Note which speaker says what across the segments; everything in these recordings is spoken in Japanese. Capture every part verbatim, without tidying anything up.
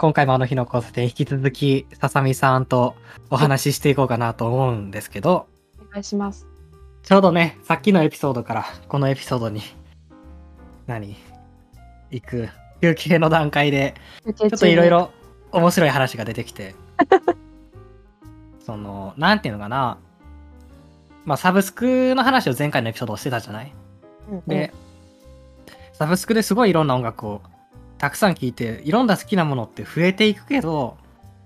Speaker 1: 今回もあの日の交差点引き続きささみさんとお話ししていこうかなと思うんですけど、
Speaker 2: お願いします。
Speaker 1: ちょうどね、さっきのエピソードからこのエピソードに何行く休憩の段階でちょっといろいろ面白い話が出てきてそのなんていうのかな、まあサブスクの話を前回のエピソードをしてたじゃない、うんうん、でサブスクですごいいろんな音楽をたくさん聴いていろんな好きなものって増えていくけど、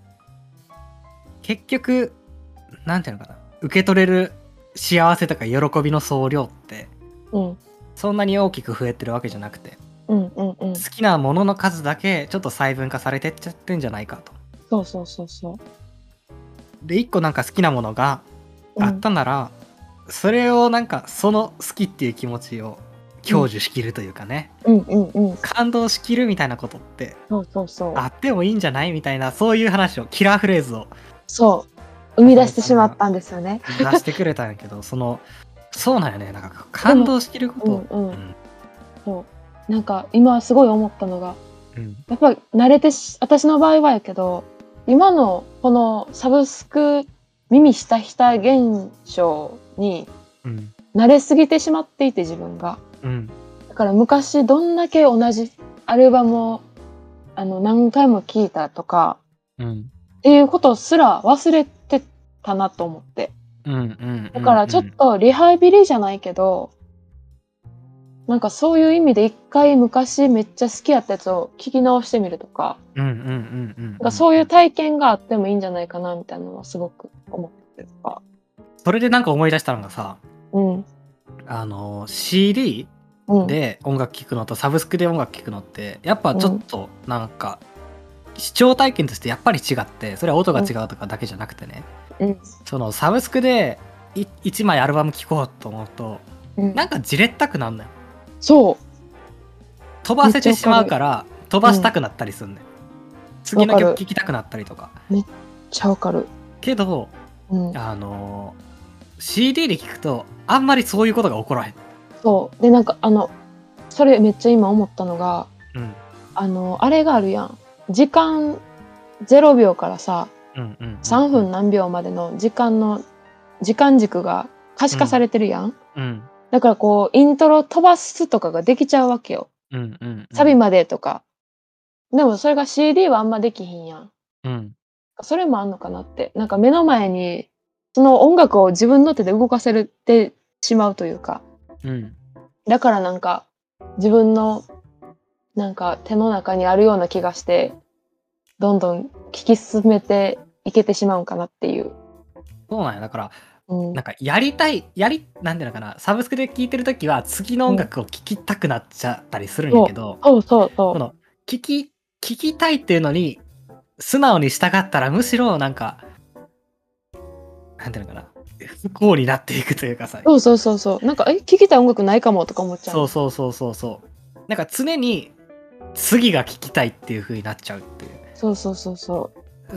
Speaker 1: 結局なんていうのかな、受け取れる幸せとか喜びの総量って、うん、そんなに大きく増えてるわけじゃなくて、うんうんうん、好きなものの数だけちょっと細分化されてっちゃってんじゃないかと。
Speaker 2: そうそうそうそう。
Speaker 1: で一個なんか好きなものがあったなら、うん、それをなんかその好きっていう気持ちを享受しきるというかね、うんうんうんうん、感動しきるみたいなことって
Speaker 2: そうそうそう
Speaker 1: あってもいいんじゃないみたいな、そういう話をキラーフレーズを
Speaker 2: そう生み出してしまったんですよね。
Speaker 1: 出してくれたんやけどそのそうなんよね、なんか感動しきること、
Speaker 2: うんうん、そうなんか今すごい思ったのが、うん、やっぱり慣れてし私の場合はやけど今のこのサブスク耳ひたひた現象に慣れすぎてしまっていて自分が、うん、だから昔どんだけ同じアルバムをあの何回も聴いたとか、うん、っていうことすら忘れてたなと思って、うんうんうんうん、だからちょっとリハビリじゃないけどなんかそういう意味で一回昔めっちゃ好きやったやつを聞き直してみるとか、うんうんうんうん、なんかそういう体験があってもいいんじゃないかなみたいなのはすごく思ってるか。
Speaker 1: それでなんか思い出したのがさ、うん、あの シーディー で音楽聴くのとサブスクで音楽聴くのってやっぱちょっとなんか視聴体験としてやっぱり違って、それは音が違うとかだけじゃなくてね、うん、そのサブスクでいちまいアルバム聴こうと思うと、うん、なんかじれったくなるのよ。そう飛ばせてしまうから飛ばしたくなったりするね、うん、次の曲聴きたくなったりとか
Speaker 2: めっちゃわかる
Speaker 1: けど、うん、あの シーディー で聴くとあんまりそういうことが起こらへん。
Speaker 2: そうでなんかあのそれめっちゃ今思ったのが、うん、あのあれがあるやん、時間ゼロびょうからさ、うんうんうんうん、さんぷん何秒までの時間の時間軸が可視化されてるやん、うんうん、だからこうイントロ飛ばすとかができちゃうわけよ、うんうんうん、サビまでとか。でもそれが シーディー はあんまできひんやん、うん、それもあんのかなって。なんか目の前にその音楽を自分の手で動かせてしまうというか、うん、だからなんか自分のなんか手の中にあるような気がしてどんどん聞き進めていけてしまうんかなっていう。
Speaker 1: そうなんや。だから、うん、なんかやりたいやりなんていうのかな、サブスクで聴いてるときは次の音楽を聴きたくなっちゃったりするんやけど、
Speaker 2: そうそうそう、
Speaker 1: その聞き聞きたいっていうのに素直に従ったらむしろなんかなんていうのかな、不幸になっていくというかさ。
Speaker 2: そうそうそうそう、なんかえ聞きたい音楽ないかもとか思っちゃう。
Speaker 1: そうそうそうそうそう、なんか常に次が聞きたいっていう風になっちゃうっていう。
Speaker 2: そうそうそうそう、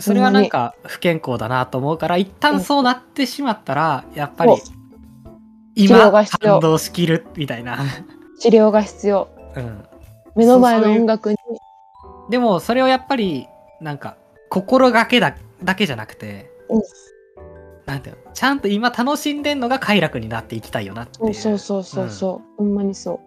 Speaker 1: それはなんか不健康だなと思うから、一旦そうなってしまったらやっぱり今感動しきるみたいな
Speaker 2: 治療が必要、うん、目の前の音楽に。
Speaker 1: でもそれをやっぱりなんか心がけだだけじゃなくて、うん、なんていうの、ちゃんと今楽しんでんのが快楽になっていきたいよなっていう。
Speaker 2: そうそうそうそう、うん、ほんまにそう。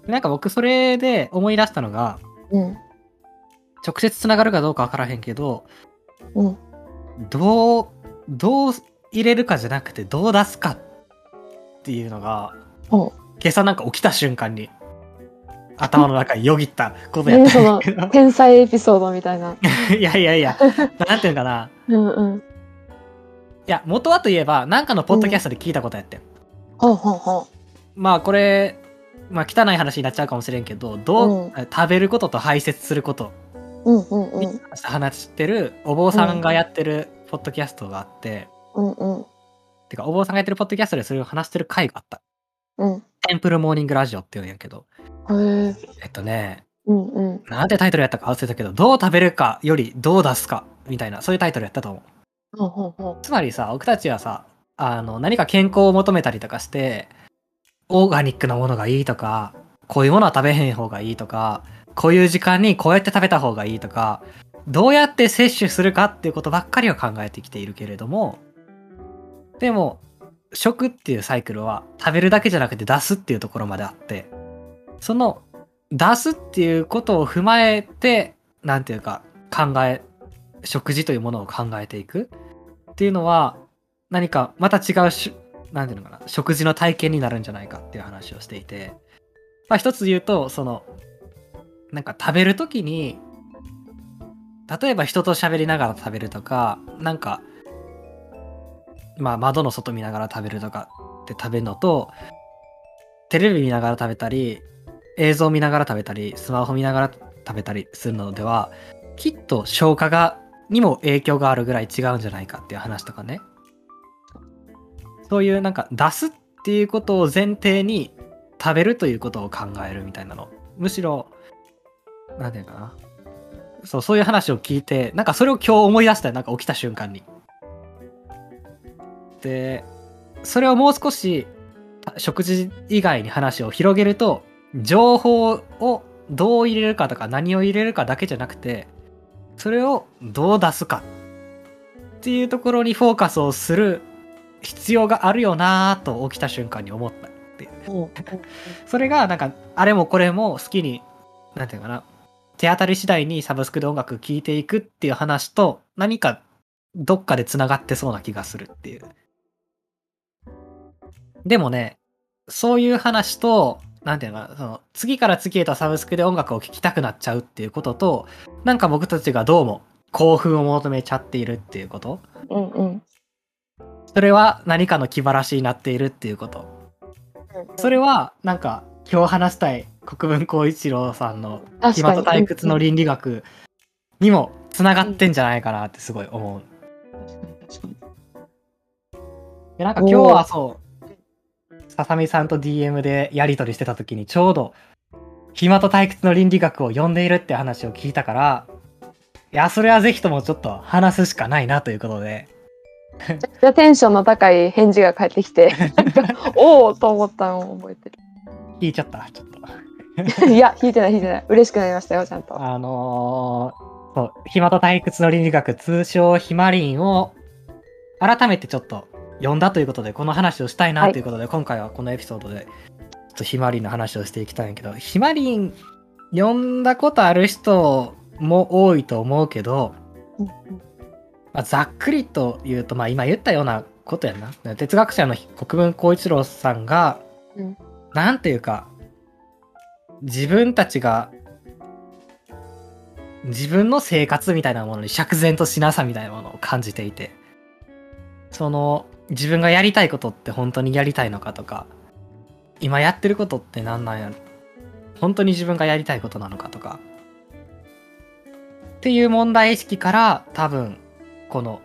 Speaker 1: なんか僕それで思い出したのが、うん、直接つながるかどうかわからへんけど、うん、どうどう入れるかじゃなくてどう出すかっていうのが、今朝なんか起きた瞬間に頭の中によぎったことやったんだけど、
Speaker 2: 天才エピソードみたいな。
Speaker 1: いやいやいや、なんていうのかな、うんうん、いや元はといえばなんかのポッドキャストで聞いたことやってん、ほうほうほう。まあこれ、まあ、汚い話になっちゃうかもしれんけど、どう、うん、食べることと排泄することに話してるお坊さんがやってるポッドキャストがあって、うんうん、てかお坊さんがやってるポッドキャストでそれを話してる回があった、うん、テンプルモーニングラジオっていうんやけど、へえっとね、うんうん、なんてタイトルやったか忘れたけど、どう食べるかよりどう出すかみたいな、そういうタイトルやったと思う。ほうほうほう。つまりさ、僕たちはさ、あの何か健康を求めたりとかしてオーガニックなものがいいとか、こういうものは食べへん方がいいとか、 こういう時間にこうやって食べた方がいいとか、どうやって摂取するかっていうことばっかりを考えてきているけれども、でも食っていうサイクルは食べるだけじゃなくて出すっていうところまであって、その出すっていうことを踏まえて、なんていうか考え、食事というものを考えていくっていうのは、何かまた違うし、なんていうのかな、食事の体験になるんじゃないかっていう話をしていて、まあ一つ言うと、そのなんか食べるときに、例えば人と喋りながら食べるとか、なんかまあ窓の外見ながら食べるとかって食べるのと、テレビ見ながら食べたり、映像見ながら食べたり、スマホ見ながら食べたりするのでは、きっと消化がにも影響があるぐらい違うんじゃないかっていう話とかね。そういうなんか出すっていうことを前提に食べるということを考えるみたいなの。むしろ、なんていうかな。そう、そういう話を聞いて、なんかそれを今日思い出したよ。なんか起きた瞬間に。で、それをもう少し食事以外に話を広げると、情報をどう入れるかとか何を入れるかだけじゃなくて、それをどう出すかっていうところにフォーカスをする必要があるよなぁと起きた瞬間に思ったっていう。それがなんかあれもこれも好きに、なんていうかな、手当たり次第にサブスクで音楽聴いていくっていう話と何かどっかでつながってそうな気がするっていう。でもね、そういう話と、なんていうのかな、その次から次へとサブスクで音楽を聴きたくなっちゃうっていうことと、なんか僕たちがどうも興奮を求めちゃっているっていうこと。
Speaker 2: うんうん。
Speaker 1: それは何かの気晴らしになっているっていうこと。それはなんか今日話したい国分光一郎さんの暇と退屈の倫理学にもつながってんじゃないかなってすごい思う。確かに確かに。でなんか今日はそうささみさんと ディーエム でやり取りしてた時にちょうど暇と退屈の倫理学を読んでいるって話を聞いたから、いやそれはぜひともちょっと話すしかないなということで。
Speaker 2: めちゃくちゃテンションの高い返事が返ってきてなんかおおと思ったのを覚えてる。
Speaker 1: 引いちゃったちょっと
Speaker 2: いや引いてない引いてない、嬉しくなりましたよちゃんと。
Speaker 1: あのー、そう暇と退屈の倫理学通称ひまりんを改めてちょっと読んだということでこの話をしたいなということで、はい、今回はこのエピソードでちょっとひまりんの話をしていきたいんやけど、ひまりん読んだことある人も多いと思うけど、うんまあ、ざっくりと言うと、まあ、今言ったようなことやな。哲学者の国分光一郎さんが、うん、なんていうか自分たちが自分の生活みたいなものに釈然としなさみたいなものを感じていて、その自分がやりたいことって本当にやりたいのかとか、今やってることって何なんやろ、本当に自分がやりたいことなのかとかっていう問題意識から多分この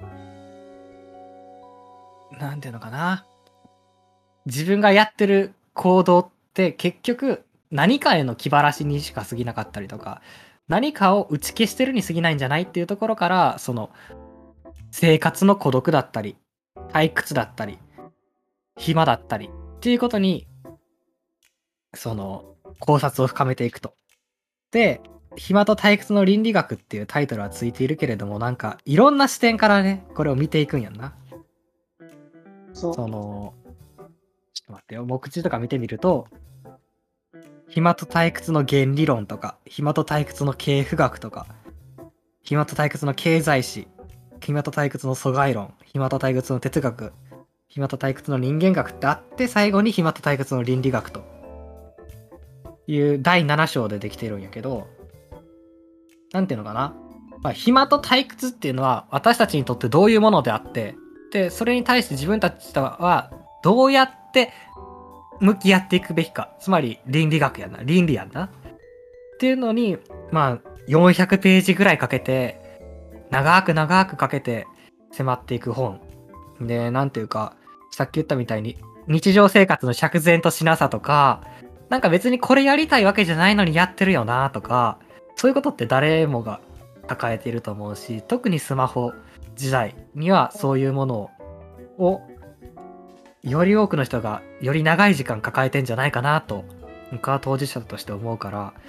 Speaker 1: なんていうのかな、自分がやってる行動って結局何かへの気晴らしにしか過ぎなかったりとか、何かを打ち消してるに過ぎないんじゃないっていうところから、その生活の孤独だったり退屈だったり暇だったりっていうことにその考察を深めていくと。で暇と退屈の倫理学っていうタイトルはついているけれども、なんかいろんな視点からねこれを見ていくんやんな。そ, そのちょっと待ってよ、目次とか見てみると、暇と退屈の原理論とか、暇と退屈の系譜学とか、暇と退屈の経済史、暇と退屈の疎外論、暇と退屈の哲学、暇と退屈の人間学ってあって、最後に暇と退屈の倫理学というだいなな章でできてるんやけど、なんていうのかな、まあ、暇と退屈っていうのは私たちにとってどういうものであって、でそれに対して自分たちとはどうやって向き合っていくべきか、つまり倫理学やな、倫理やんなっていうのに、まあよんひゃくページぐらいかけて長く長くかけて迫っていく本で、なんていうかさっき言ったみたいに日常生活の釈然としなさとか、なんか別にこれやりたいわけじゃないのにやってるよなとか、そういうことって誰もが抱えていると思うし、特にスマホ時代にはそういうものをより多くの人がより長い時間抱えてんじゃないかなと僕は当事者として思うから、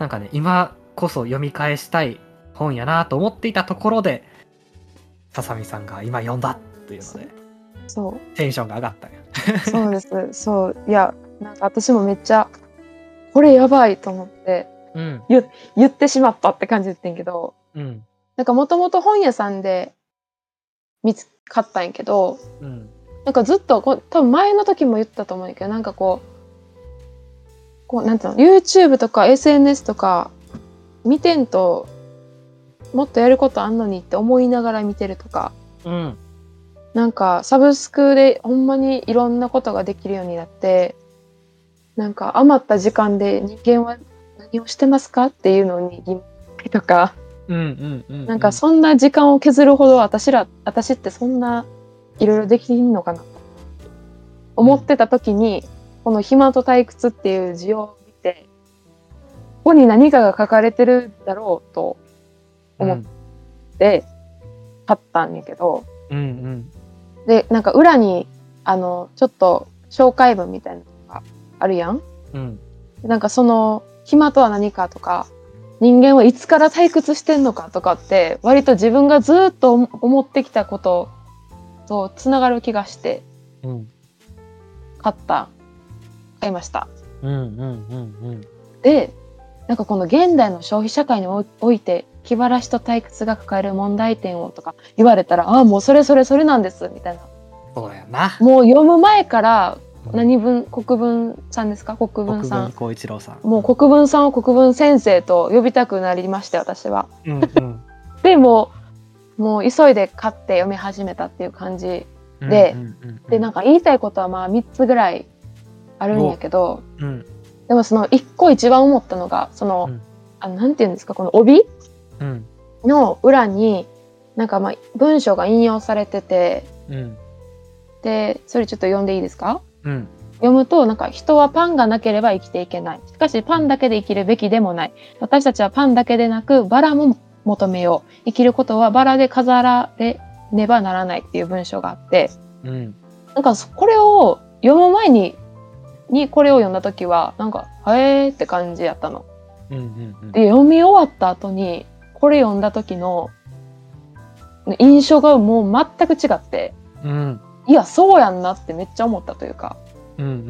Speaker 1: なんかね、今こそ読み返したい本やなと思っていたところで、ささみさんが今読んだっていうので、
Speaker 2: そう
Speaker 1: テンションが上がったん
Speaker 2: や。そうです。そう。いや、なんか私もめっちゃ、これやばいと思って、うん、言, 言ってしまったって感じで言ってんけど、うん、なんかもともと本屋さんで見つかったんやけど、うん、なんかずっとこう、多分前の時も言ったと思うんやけど、なんかこう、こうなんていうの、YouTube とか エスエヌエス とか見てんと、もっとやることあんのにって思いながら見てるとか、うん、なんかサブスクでほんまにいろんなことができるようになって、なんか余った時間で人間は何をしてますかっていうのに疑問とか、うんうんうんうん、なんかそんな時間を削るほど私ら私ってそんないろいろできんのかなと思ってた時に、うん、この暇と退屈っていう字を見て、ここに何かが書かれてるだろうと思って買ったんやけど、うんうん、でなんか裏にあのちょっと紹介文みたいなのがあるやん、うん、なんかその暇とは何かとか、人間はいつから退屈してんのかとかって割と自分がずっと思ってきたこととつながる気がして、うん、買った買いました、うんうんうんうん、でなんかこの現代の消費社会において気晴らしと退屈が抱える問題点をとか言われたら、ああもうそれそれそれなんですみたいな。
Speaker 1: そうやな。
Speaker 2: もう読む前から何文、国分さんですか、国分さん、
Speaker 1: 国分光一郎さん、
Speaker 2: もう国分さんを国分先生と呼びたくなりまして私は、うんうん、でももう急いで買って読み始めたっていう感じで、うんうんうんうん、でなんか言いたいことはまあみっつぐらいあるんやけど、うん、でもそのいっこ一番思ったのがその、うん、あのなんていうんですか、この帯の裏になんかまあ文章が引用されてて、うん、でそれちょっと読んでいいですか？うん、読むとなんか人はパンがなければ生きていけない。しかしパンだけで生きるべきでもない。私たちはパンだけでなくバラも求めよう。生きることはバラで飾られねばならないっていう文章があって、うん、なんかこれを読む前ににこれを読んだ時はなんかへーって感じやったの。うんうんうん、で読み終わった後にこれ読んだ時の印象がもう全く違って、うん、いやそうやんなってめっちゃ思ったというか、うんうんうんうん、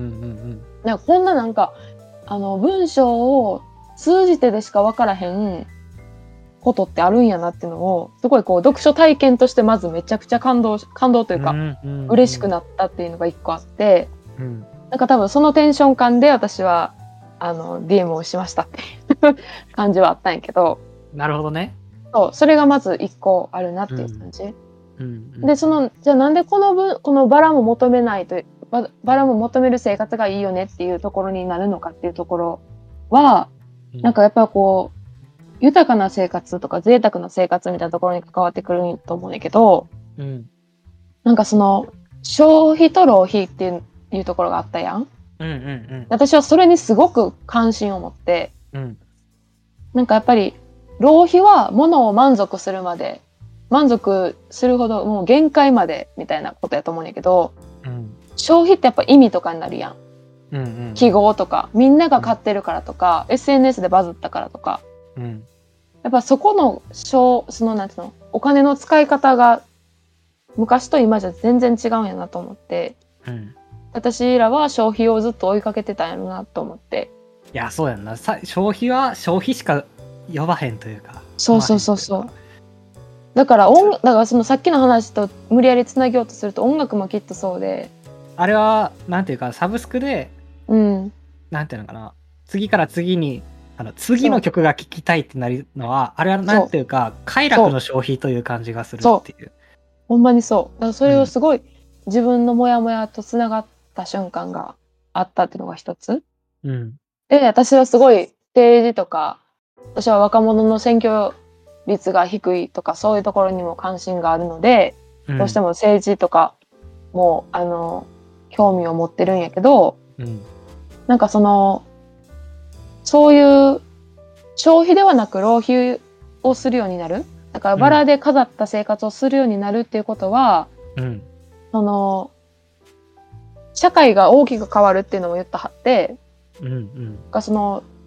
Speaker 2: なんかこんななんかあの文章を通じてでしか分からへんことってあるんやなっていうのをすごいこう読書体験としてまずめちゃくちゃ感動感動というか、うんうんうん、嬉しくなったっていうのが一個あって、うん、なんか多分そのテンション感で私はあの ディーエム をしましたっていう感じはあったんやけど。
Speaker 1: なるほどね。
Speaker 2: そうそれがまず一個あるなっていう感じ、うんうんうん、でそのじゃあなんでこの分このバラも求めないとババラも求める生活がいいよねっていうところになるのかっていうところは、うん、なんかやっぱりこう豊かな生活とか贅沢な生活みたいなところに関わってくると思うんだけど、うん、なんかその消費と浪費っていう、いうところがあったやん、うんうんうん、私はそれにすごく関心を持って、うん、なんかやっぱり浪費は物を満足するまで満足するほどもう限界までみたいなことやと思うんやけど、うん、消費ってやっぱ意味とかになるやん、うんうん、記号とかみんなが買ってるからとか、うん、エスエヌエス でバズったからとか、うん、やっぱそこのそのなんていうのお金の使い方が昔と今じゃ全然違うんやなと思って、うん、私らは消費をずっと追いかけてたんやろなと思って。
Speaker 1: いやそうやんな、消費は消費しか呼ばへんというか、
Speaker 2: そうそうそうそう、だから音だからそのさっきの話と無理やりつなげようとすると音楽もきっとそうで、
Speaker 1: あれはなんていうかサブスクで、うん、なんていうのかな、次から次にあの次の曲が聴きたいってなるのはあれはなんていうか快楽の消費という感じがするっていう。
Speaker 2: ほんまにそう。だからそれをすごい、うん、自分のモヤモヤとつながった瞬間があったっていうのが一つ。うん、で私はすごい政治とか私は若者の選挙率が低いとかそういうところにも関心があるので、うん、どうしても政治とかもあの興味を持ってるんやけど、うん、なんかそのそういう消費ではなく浪費をするようになる、だからバラで飾った生活をするようになるっていうことは、うん、その社会が大きく変わるっていうのも言ったはって、うんうん、その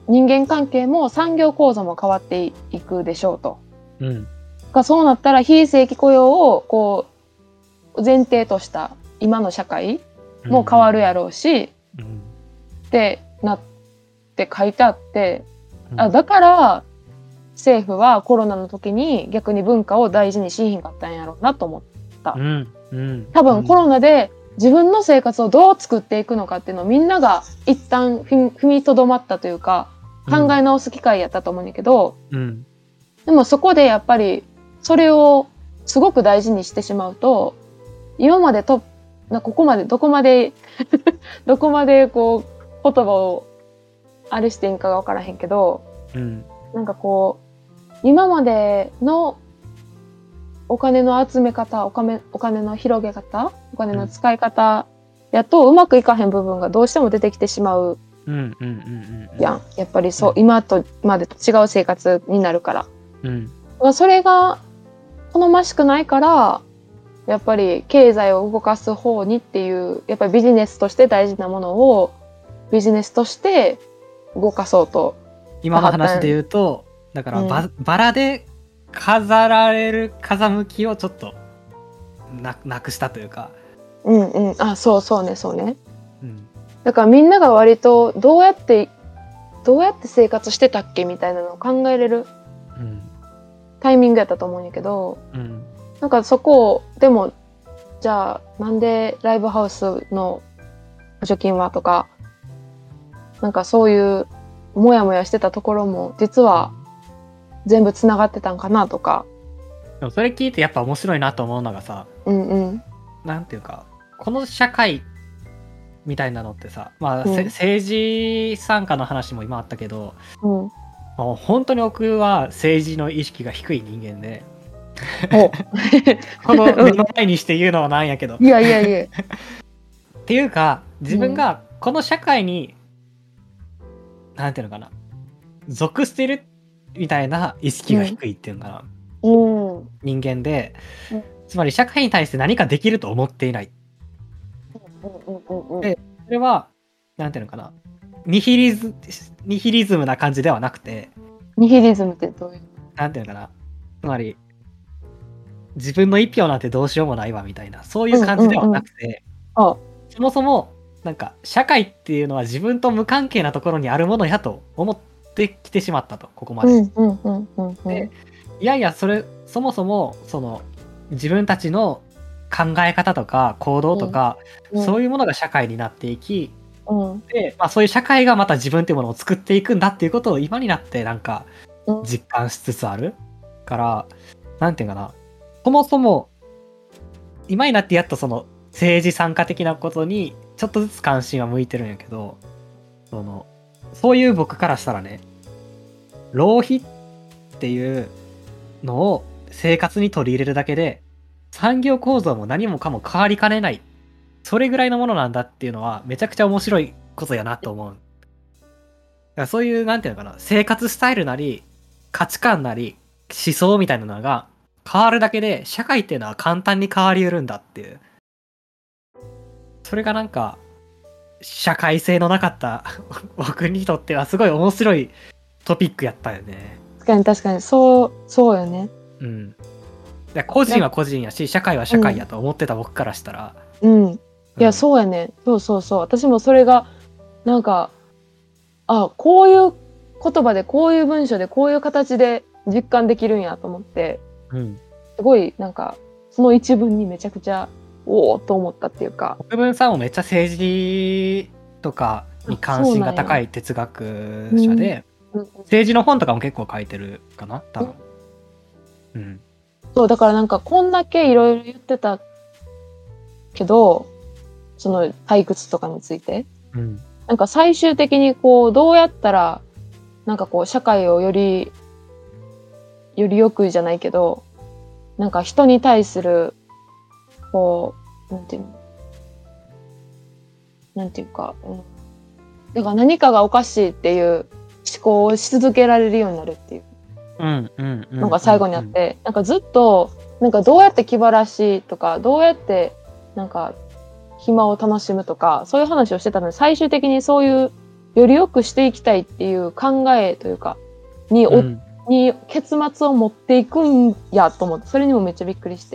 Speaker 2: 人間関係も産業構造も変わっていくでしょうと。
Speaker 1: うん。
Speaker 2: がそうなったら非正規雇用をこう前提とした今の社会も変わるやろうし、うん、ってなって書いてあって、うん、あだから政府はコロナの時に逆に文化を大事にしひんかったんやろうなと思った。うんうん、多分コロナで自分の生活をどう作っていくのかっていうのをみんなが一旦踏みとどまったというか考え直す機会やったと思うんだけど、うん、でもそこでやっぱりそれをすごく大事にしてしまうと今までとなここまでどこまでどこまでこう言葉をあれしていいんかが分からへんけど、うん、なんかこう今までのお金の集め方お金、お金の広げ方お金の使い方やとうまくいかへん部分がどうしても出てきてしまうやん。やっぱりそう、うん、今と今までと違う生活になるから、うん、それが好ましくないからやっぱり経済を動かす方にっていうやっぱりビジネスとして大事なものをビジネスとして動かそうと。
Speaker 1: 今の話で言うとだからバ、うん、バラで飾られる風向きをちょっと な, なくしたというか、
Speaker 2: うんうん、あそうそうねそうね、うん、だからみんなが割とどうやってどうやって生活してたっけみたいなのを考えれる、うん、タイミングやったと思うんやけど、うん、なんかそこをでもじゃあなんでライブハウスの補助金はとかなんかそういうモヤモヤしてたところも実は全部つながってたんかなとか。
Speaker 1: でもそれ聞いてやっぱ面白いなと思うのがさ、うんうん、なんていうかこの社会みたいなのってさ、まあ、うん、政治参加の話も今あったけど、うん、もう本当に僕は政治の意識が低い人間でこの目の前にして言うのはなんやけど
Speaker 2: いやいやいや
Speaker 1: っていうか自分がこの社会に、うん、なんていうのかな属してるみたいな意識が低いっていうのかな、うん、人間で、うん、つまり社会に対して何かできると思っていない、うん、でそれはなんていうのかなニヒリズニヒリズムな感じではなくて
Speaker 2: ニヒリズムってどういう
Speaker 1: なんていうのかなつまり自分の一票なんてどうしようもないわみたいなそういう感じではなくて、うんうんうん、そもそもなんか社会っていうのは自分と無関係なところにあるものやと思ってできてしまったとここまで、うんうんうんうん、でいやいやそれそもそもその自分たちの考え方とか行動とか、うんうん、そういうものが社会になっていき、うん、で、まあ、そういう社会がまた自分っていうものを作っていくんだっていうことを今になってなんか実感しつつあるから、なんていうかなそもそも今になってやっとその政治参加的なことにちょっとずつ関心は向いてるんやけどそのそういう僕からしたらね浪費っていうのを生活に取り入れるだけで産業構造も何もかも変わりかねないそれぐらいのものなんだっていうのはめちゃくちゃ面白いことやなと思う。だからそういうなんていうのかな生活スタイルなり価値観なり思想みたいなのが変わるだけで社会っていうのは簡単に変わりうるんだっていうそれがなんか社会性のなかった僕にとってはすごい面白いトピックやったよね。
Speaker 2: 確かに確かにそうそうよね。
Speaker 1: うん。個人は個人やし社会は社会やと思ってた僕からしたら。
Speaker 2: うん。うん、いやそうやね。そうそうそう。私もそれがなんかあこういう言葉でこういう文章でこういう形で実感できるんやと思って、うん、すごいなんかその一文にめちゃくちゃおおと思ったっていうか。
Speaker 1: 国分さんもめっちゃ政治とかに関心が高い哲学者で、うん、政治の本とかも結構書いてるかな多分、
Speaker 2: うん、うん、そうだからなんかこんだけいろいろ言ってたけどその退屈とかについて、うん、なんか最終的にこうどうやったらなんかこう社会をよりより良くじゃないけどなんか人に対するこうなんていうのなんていうか、うん、だから何かがおかしいっていう思考をし続けられるようになるっていうのが最後にあって、なんかずっとなんかどうやって気晴らしとかどうやってなんか暇を楽しむとかそういう話をしてたので最終的にそういうより良くしていきたいっていう考えというかにお、うん、に結末を持っていくんやと思って、それにもめっちゃびっくりして、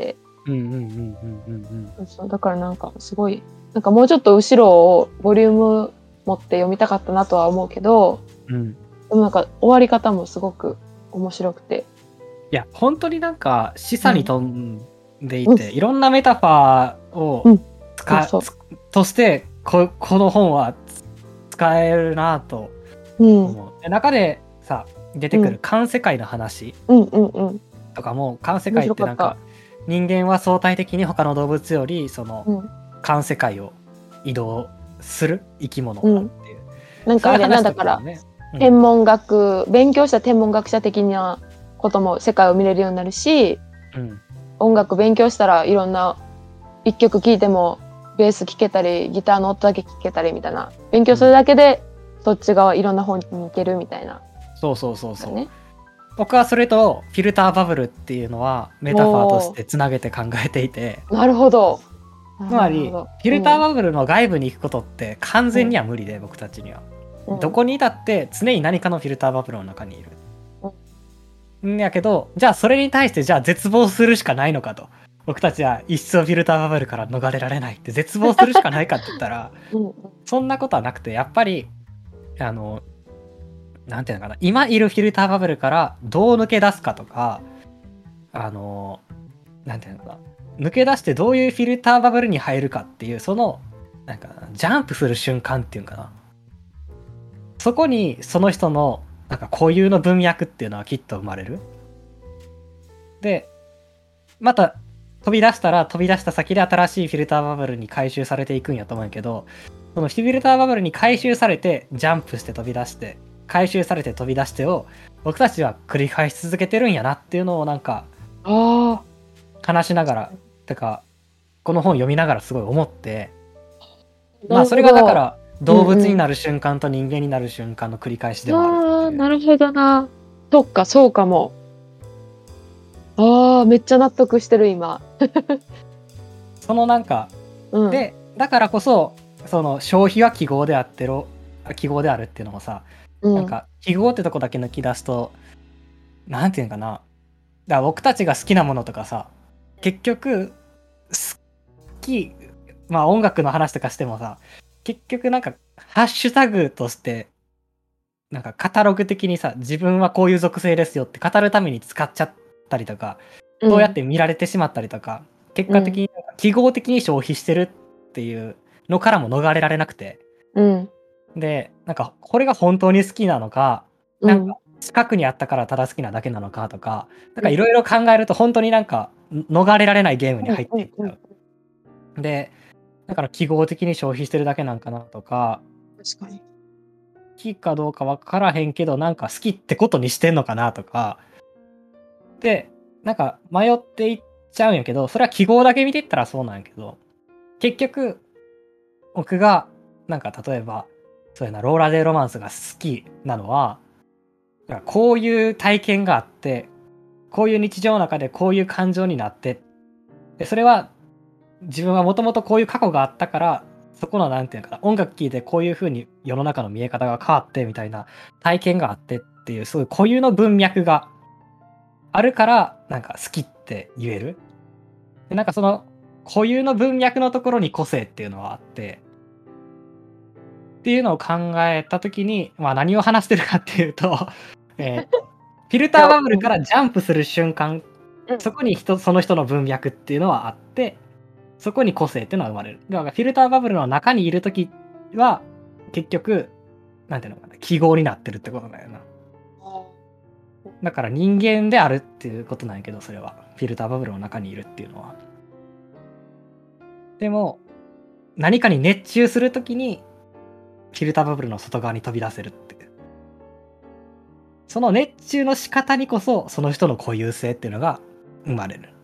Speaker 2: だからなんかすごいなんかもうちょっと後ろをボリューム持って読みたかったなとは思うけど、うん、でもなんか終わり方もすごく面白くて、
Speaker 1: いや本当になんか示唆に富んでいて、うん、いろんなメタファーを使、うん、そうそうとしてここの本は使えるなと思う、うん、中でさ出てくる環世界の話とかも、環世界ってなんか人間は相対的に他の動物よりその環世界を移動する生き物だっていう、うん、
Speaker 2: なんかあれなんだから、ね、うん、天文学勉強した天文学者的なことも世界を見れるようになるし、うん、音楽勉強したらいろんな一曲聴いてもベース聴けたりギターの音だけ聴けたりみたいな、勉強するだけでそっち側いろんな本に行けるみたいな、
Speaker 1: そうそうそうそう、ね、僕はそれとフィルターバブルっていうのはメタファーとしてつなげて考えていて、
Speaker 2: なるほど、
Speaker 1: つまりフィルターバブルの外部に行くことって完全には無理で、うん、僕たちには、うん、どこにいたって常に何かのフィルターバブルの中にいる、うん、んやけどじゃあそれに対してじゃあ絶望するしかないのかと、僕たちは一生フィルターバブルから逃れられないって絶望するしかないかって言ったら、うん、そんなことはなくて、やっぱりあのなんていうのかな、今いるフィルターバブルからどう抜け出すかとか、あのなんていうのかな、抜け出してどういうフィルターバブルに入るかっていう、そのなんかジャンプする瞬間っていうかな、そこにその人のなんか固有の文脈っていうのはきっと生まれる。でまた飛び出したら飛び出した先で新しいフィルターバブルに回収されていくんやと思うけど、そのフィルターバブルに回収されてジャンプして飛び出して回収されて飛び出してを僕たちは繰り返し続けてるんやなっていうのをなんか話しながら、てかこの本読みながらすごい思って、まあそれがだから動物になる瞬間と人間になる瞬間の繰り返しでもある、
Speaker 2: うんうん、あ、なるほどな、そっかそうかも、あーめっちゃ納得してる今
Speaker 1: そのなんか、うん、でだからこそその消費は記号であってろ記号であるっていうのもさ、うん、なんか記号ってとこだけ抜き出すとなんていうのかな、だから僕たちが好きなものとかさ、結局好き、まあ音楽の話とかしてもさ、結局なんかハッシュタグとしてなんかカタログ的にさ、自分はこういう属性ですよって語るために使っちゃったりとか、うん、そうやって見られてしまったりとか、結果的に記号的に消費してるっていうのからも逃れられなくて、うん、でなんかこれが本当に好きなのか、なんか近くにあったからただ好きなだけなのかとか、なんかいろいろ考えると本当になんか逃れられないゲームに入っていっちゃう。でだから記号的に消費してるだけなんかなとか、
Speaker 2: 確かに
Speaker 1: 好きかどうか分からへんけどなんか好きってことにしてんのかなとかでなんか迷っていっちゃうんやけど、それは記号だけ見ていったらそうなんやけど、結局僕がなんか例えばそういうなローラ・デ・ロマンスが好きなのは、こういう体験があってこういう日常の中でこういう感情になって、でそれは自分はもともとこういう過去があったから、そこのなんていうのかな、音楽聴いてこういう風に世の中の見え方が変わってみたいな体験があってっていう、そういう固有の文脈があるからなんか好きって言える。でなんかその固有の文脈のところに個性っていうのはあってっていうのを考えたときに、まあ何を話してるかっていうと、えー、フィルターバブルからジャンプする瞬間、そこに人その人の文脈っていうのはあって、そこに個性っていうのは生まれる。だからフィルターバブルの中にいるときは結局なんていうのかな、記号になってるってことだよな。だから人間であるっていうことなんやけど、それはフィルターバブルの中にいるっていうのは。でも何かに熱中するときにフィルターバブルの外側に飛び出せるっていう、その熱中の仕方にこそその人の固有性っていうのが生まれる。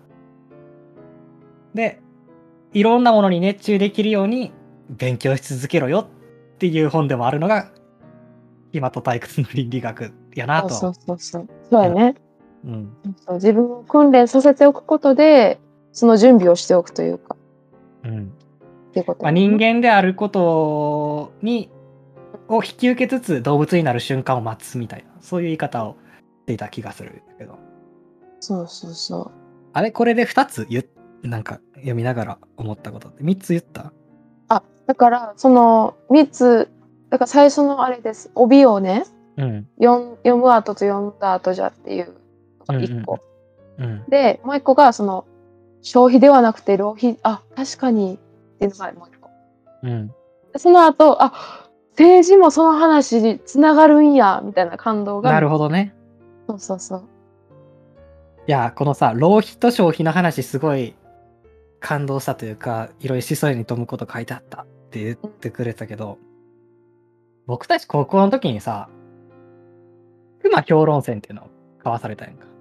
Speaker 1: でいろんなものに熱中できるように勉強し続けろよっていう本でもあるのが暇と退屈の倫理学やなと。
Speaker 2: そうそうそうそうそうやね、うん、そう自分を訓練させておくことでその準備をしておくというか、
Speaker 1: うんっていうこと、ね、まあ、人間であることにを引き受けつつ動物になる瞬間を待つみたいな、そういう言い方をしていた気がするけど。
Speaker 2: そうそうそう。
Speaker 1: あれこれでふたつ言なんか読みながら思ったことってみっつ言った？
Speaker 2: あ、だからそのみっつ、だから最初のあれです。帯をね、うん、読, 読む後と読んだ後じゃっていういっこ、うんうんうん、でもういっこがその消費ではなくて浪費、あ、確かにっていうのがもういっこ、うん、その後、あ、政治もその話につながるんやみたいな感動が。
Speaker 1: なるほどね。
Speaker 2: そうそうそう。
Speaker 1: いやこのさ浪費と消費の話すごい感動したというか、いろいろ子孫に富むこと書いてあったって言ってくれたけど、うん、僕たち高校の時にさ熊評論戦っていうのを交わされたやんか。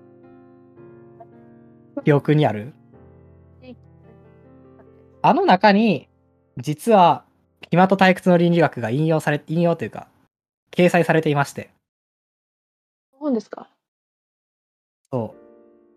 Speaker 1: 記憶にある？あの中に実は暇と退屈の倫理学が引用され引用というか掲載されていまして。
Speaker 2: 何ですか？
Speaker 1: そう。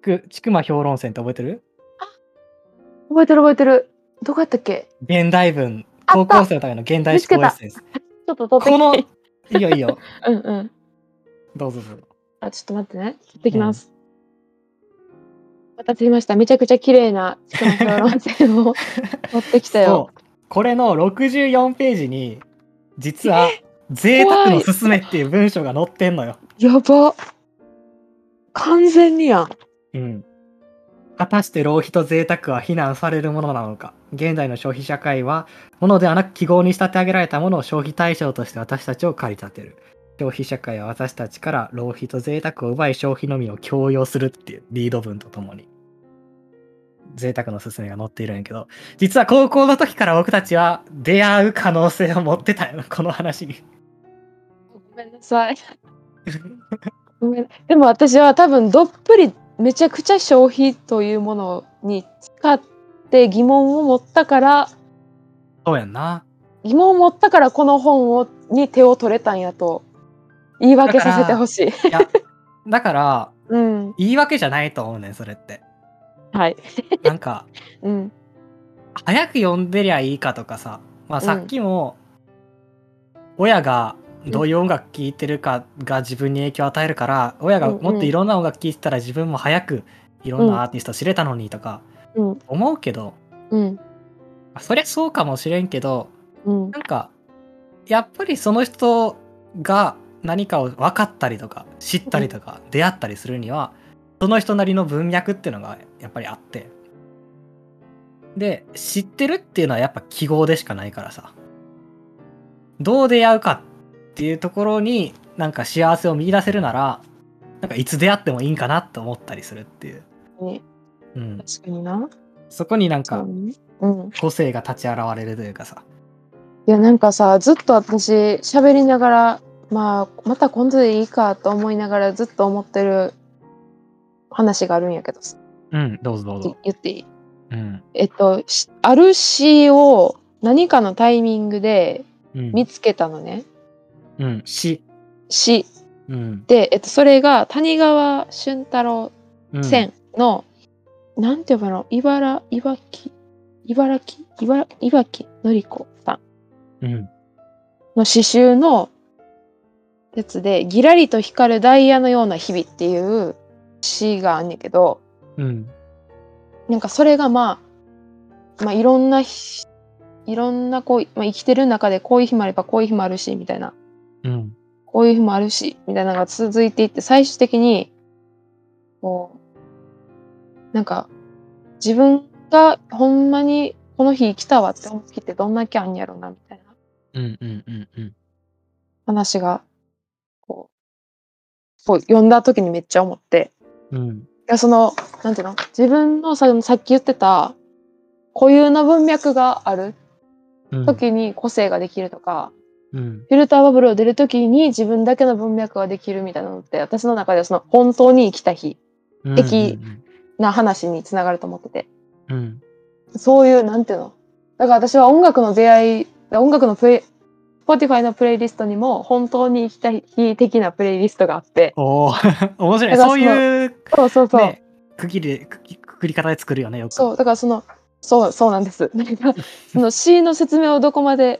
Speaker 1: く、ちくま評論戦って覚えてる？
Speaker 2: あ、覚えてる覚えてる。どこやったっけ？
Speaker 1: 現代文、高校生のための現代思考エッセンス。ち
Speaker 2: ょっと取ってきて。
Speaker 1: この、いいよいいよ。
Speaker 2: うんうん。
Speaker 1: どうぞどうぞ。
Speaker 2: あ、ちょっと待ってね。取ってきます。うん、また釣りました。めちゃくちゃ綺麗なちくま評論戦を取ってきたよ。
Speaker 1: そう。これのろくじゅうよんページに、実は、贅沢のすすめっていう文章が載ってんのよ。
Speaker 2: やば。完全にやん。
Speaker 1: うん。果たして浪費と贅沢は非難されるものなのか。現代の消費社会は、ものではなく記号に仕立て上げられたものを消費対象として私たちを駆り立てる。消費社会は私たちから浪費と贅沢を奪い消費のみを強要するっていうリード文とともに贅沢のすすめが載っているんやけど、実は高校の時から僕たちは出会う可能性を持ってたよ、この話に。
Speaker 2: ごめんなさい。ごめん。でも私は多分どっぷりめちゃくちゃ消費というものに使って疑問を持ったから。
Speaker 1: そうやんな。
Speaker 2: 疑問を持ったからこの本をに手を取れたんやと言い訳させてほしい。い
Speaker 1: やだから、
Speaker 2: うん、
Speaker 1: 言い訳じゃないと思うねんそれって。
Speaker 2: はい。
Speaker 1: なんか、
Speaker 2: うん、
Speaker 1: 早く読んでりゃいいかとかさ、まあさっきも、うん、親がどういう音楽聴いてるかが自分に影響を与えるから、うん、親がもっといろんな音楽聴いてたら自分も早くいろんなアーティスト知れたのにとか思うけど、うん、そりゃそうかもしれんけど、うん、なんかやっぱりその人が何かを分かったりとか知ったりとか出会ったりするには、その人なりの文脈っていうのがやっぱりあって、で知ってるっていうのはやっぱ記号でしかないからさ、どう出会うかっていうところになんか幸せを見出せるなら、なんかいつ出会ってもいいんかなって思ったりするっていう、ね、うん、
Speaker 2: 確かにな。
Speaker 1: そこになんか、ね、うん、個性が立ち現れるというかさ。
Speaker 2: いやなんかさ、ずっと私喋りながら、まあまた今度でいいかと思いながらずっと思ってる話があるんやけどさ。
Speaker 1: うん、どうぞどうぞ。
Speaker 2: 言っていい？
Speaker 1: うん、
Speaker 2: えっとある詩を何かのタイミングで見つけたのね。
Speaker 1: うん、詩。
Speaker 2: 詩。うん、で、えっとそれが谷川俊太郎線の、うん、なんていうの、茨茨城茨城茨茨城のり子さんの詩集のやつで、ギラリと光るダイヤのような日々っていう詩があんねんけど、うん、なんかそれがまあ、まあいろんな、いろんなこう、まあ、生きてる中でこういう日もあればこういう日もあるし、みたいな。うん、こういう日もあるし、みたいなのが続いていって、最終的に、こう、なんか、自分がほんまにこの日生きたわって思う日ってどんなきゃあんやろな、みたいな。うんうんうんうん。話が、こう、こう読んだ時にめっちゃ思って。うん。いや、その、なんていうの？自分のさ、さっき言ってた、固有な文脈がある時に個性ができるとか、うん、フィルターバブルを出る時に自分だけの文脈ができるみたいなのって、私の中ではその本当に生きた日的な話につながると思ってて、うん、そういうなんていうの、だから私は音楽の出会い、音楽のプレイ、Spotify のプレイリストにも本当に生きた日的なプレイリストがあって、
Speaker 1: おー面白い。そういう、
Speaker 2: そうそうそう、ね、
Speaker 1: 区切り区切り方で作るよね、よく。
Speaker 2: そうだからそのそうそうなんです。なんかその C の説明をどこまで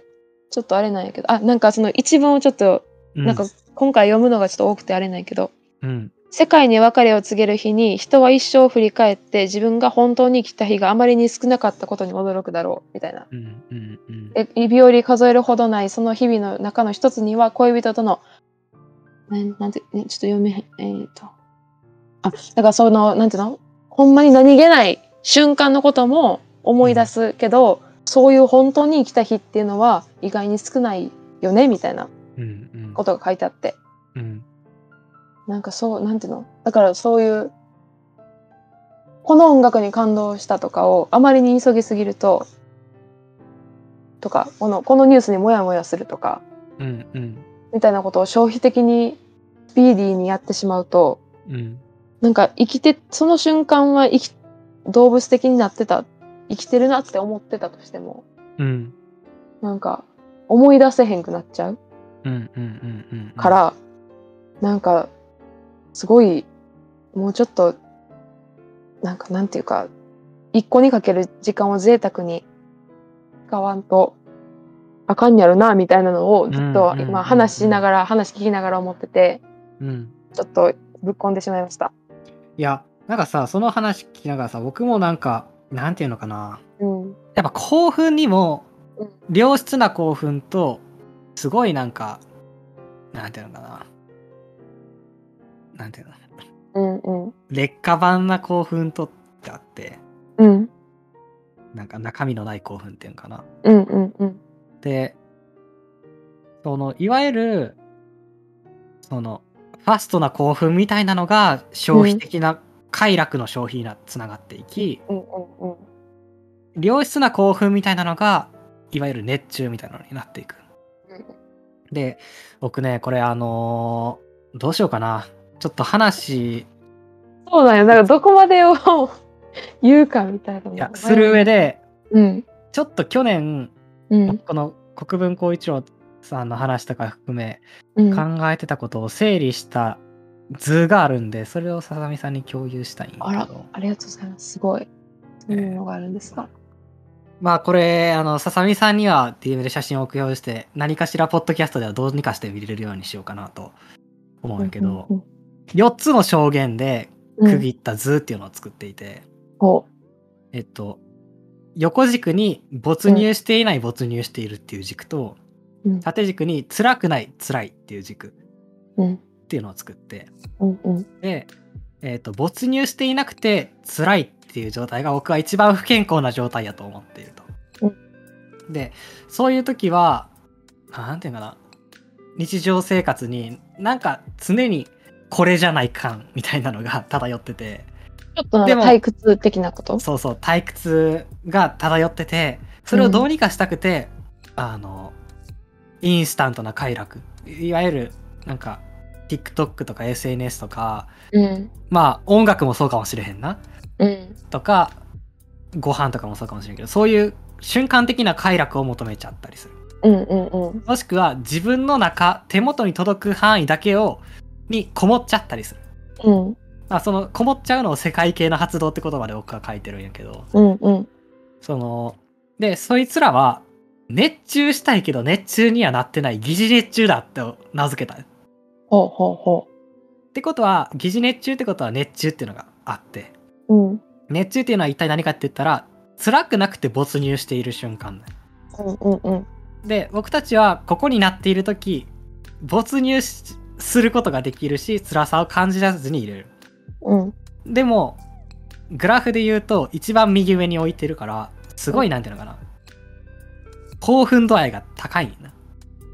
Speaker 2: ちょっとあれなんやけど、あ、なんかその一文をちょっと、
Speaker 1: うん、
Speaker 2: なんか今回読むのがちょっと多くてあれなんやけど、
Speaker 1: うん、
Speaker 2: 世界に別れを告げる日に人は一生を振り返って自分が本当に生きた日があまりに少なかったことに驚くだろうみたいな。
Speaker 1: うん、うん、うん。
Speaker 2: え指折り数えるほどないその日々の中の一つには恋人とのなんなんて、ね、ちょっと読めへんえー、っとあだからそのなんていうのほんまに何気ない瞬間のことも思い出すけど、うん、そういう本当に生きた日っていうのは意外に少ないよねみたいなことが書いてあって、
Speaker 1: うんうん、
Speaker 2: なんかそうなんていうのだからそういうこの音楽に感動したとかをあまりに急ぎすぎるととかこのこのニュースにモヤモヤするとか、
Speaker 1: うんうん、
Speaker 2: みたいなことを消費的にスピーディーにやってしまうと、
Speaker 1: うん、
Speaker 2: なんか生きてその瞬間は生き動物的になってた生きてるなって思ってたとしても、
Speaker 1: うん、
Speaker 2: なんか思い出せへんくなっちゃうから、なんかすごいもうちょっとなんかなんていうか一個にかける時間を贅沢に使わんとあかんやろなみたいなのをずっと今話しながら話聞きながら思ってて、うん、ちょっとぶっこんでしまいました。
Speaker 1: いやなんかさその話聞きながらさ僕もなんかなんていうのかな、うん、やっぱ興奮にも、うん、良質な興奮とすごいなんかなんていうのかななんていうの、うんうん、劣化版な興奮とってあって、うん、なんか中身のない興奮っていうのかな、うんうんうん、でそのいわゆるそのファストな興奮みたいなのが消費的な快楽の消費につながっていき、うんうんうん、良質な興奮みたいなのがいわゆる熱中みたいなのになっていく、うん、で僕ねこれあのー、どうしようかなちょっと話
Speaker 2: そうなんよだからどこまでを言うかみたいなの
Speaker 1: いやする上で、うん、ちょっと去年、うん、この国分光一郎さんの話とか含め、うん、考えてたことを整理した図があるんでそれをささみさんに共有したいんだけど。
Speaker 2: あらありがとうございますすごいそういうのがあるんですか、
Speaker 1: えー、まあこれあのささみさんには ディーエム で写真を供養して何かしらポッドキャストではどうにかして見れるようにしようかなと思うんやけど、うんうんうん、よっつの証言で区切った図っていうのを作っていて、うん、えっと横軸に没入していない、うん、没入しているっていう軸と、うん、縦軸に辛くない辛いっていう軸っていうのを作って、うんうん、で、えーと、没入していなくて辛いっていう状態が僕は一番不健康な状態やと思っていると、うん、でそういう時はなんていうかな日常生活になんか常にこれじゃない感みたいなのが漂ってて、
Speaker 2: ちょっと退屈的なこと？
Speaker 1: そうそう退屈が漂っててそれをどうにかしたくて、うん、あのインスタントな快楽いわゆるなんか TikTok とか エスエヌエス とか、うん、まあ音楽もそうかもしれへんな、うん、とかご飯とかもそうかもしれんけどそういう瞬間的な快楽を求めちゃったりする、うんうんうん、もしくは自分の中手元に届く範囲だけをにこもっちゃったりする、うんまあ、そのこもっちゃうのを世界系の発動って言葉で僕は書いてるんやけど、うんうん、そのでそいつらは熱中したいけど熱中にはなってない疑似熱中だって名付けた。ほうほうほう。ってことは疑似熱中ってことは熱中っていうのがあって、うん、熱中っていうのは一体何かって言ったら辛くなくて没入している瞬間だ、うんうんうん、で僕たちはここになっている時没入することができるし辛さを感じらずに入れる、うん、でもグラフで言うと一番右上に置いてるからすごいなんていうのかな、うん、興奮度合いが高いんだ